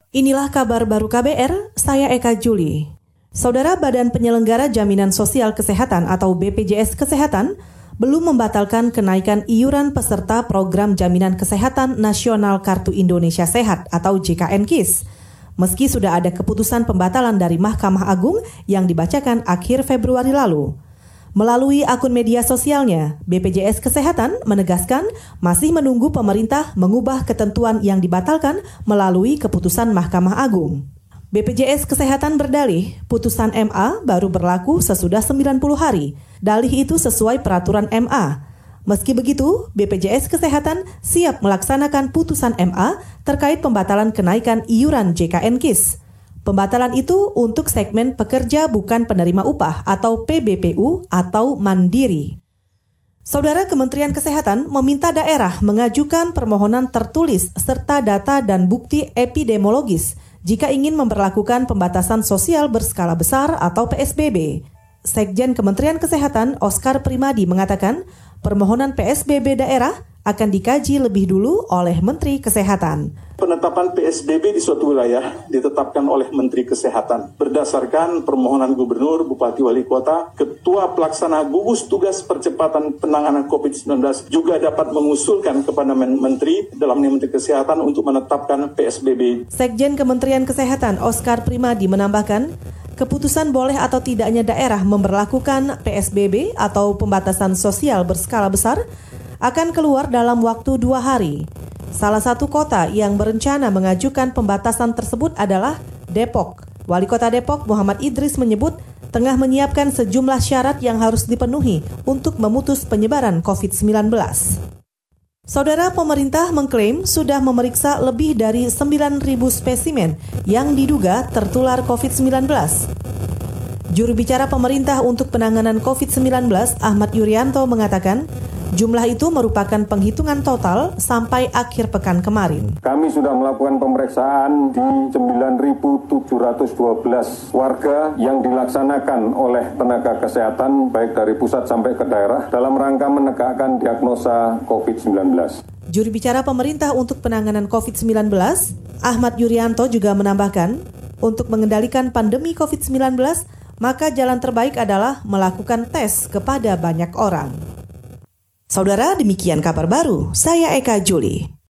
Inilah kabar baru KBR, saya Eka Juli. Saudara, Badan Penyelenggara Jaminan Sosial Kesehatan atau BPJS Kesehatan belum membatalkan kenaikan iuran peserta Program Jaminan Kesehatan Nasional Kartu Indonesia Sehat atau JKN-KIS. Meski sudah ada keputusan pembatalan dari Mahkamah Agung yang dibacakan akhir Februari lalu. Melalui akun media sosialnya, BPJS Kesehatan menegaskan masih menunggu pemerintah mengubah ketentuan yang dibatalkan melalui keputusan Mahkamah Agung. BPJS Kesehatan berdalih, putusan MA baru berlaku sesudah 90 hari. Dalih itu sesuai peraturan MA. Meski begitu, BPJS Kesehatan siap melaksanakan putusan MA terkait pembatalan kenaikan iuran JKN-KIS. Pembatalan itu untuk segmen pekerja bukan penerima upah atau PBPU atau mandiri. Saudara, Kementerian Kesehatan meminta daerah mengajukan permohonan tertulis serta data dan bukti epidemiologis jika ingin memberlakukan pembatasan sosial berskala besar atau PSBB. Sekjen Kementerian Kesehatan Oskar Primadi mengatakan permohonan PSBB daerah akan dikaji lebih dulu oleh Menteri Kesehatan. Penetapan PSBB di suatu wilayah ditetapkan oleh Menteri Kesehatan berdasarkan permohonan Gubernur, Bupati, Wali Kota. Ketua Pelaksana Gugus Tugas Percepatan Penanganan COVID-19 juga dapat mengusulkan kepada Menteri, dalamnya Menteri Kesehatan, untuk menetapkan PSBB. Sekjen Kementerian Kesehatan Oskar Primadi menambahkan, keputusan boleh atau tidaknya daerah memberlakukan PSBB atau pembatasan sosial berskala besar akan keluar dalam waktu 2 hari. Salah satu kota yang berencana mengajukan pembatasan tersebut adalah Depok. Wali Kota Depok Muhammad Idris menyebut tengah menyiapkan sejumlah syarat yang harus dipenuhi untuk memutus penyebaran COVID-19. Saudara, pemerintah mengklaim sudah memeriksa lebih dari 9.000 spesimen yang diduga tertular COVID-19. Juru bicara pemerintah untuk penanganan COVID-19 Ahmad Yuryanto mengatakan jumlah itu merupakan penghitungan total sampai akhir pekan kemarin. Kami sudah melakukan pemeriksaan di 9.712 warga yang dilaksanakan oleh tenaga kesehatan baik dari pusat sampai ke daerah dalam rangka menegakkan diagnosa COVID-19. Juru bicara pemerintah untuk penanganan COVID-19, Ahmad Yuryanto juga menambahkan, untuk mengendalikan pandemi COVID-19, maka jalan terbaik adalah melakukan tes kepada banyak orang. Saudara, demikian kabar baru. Saya Eka Juli.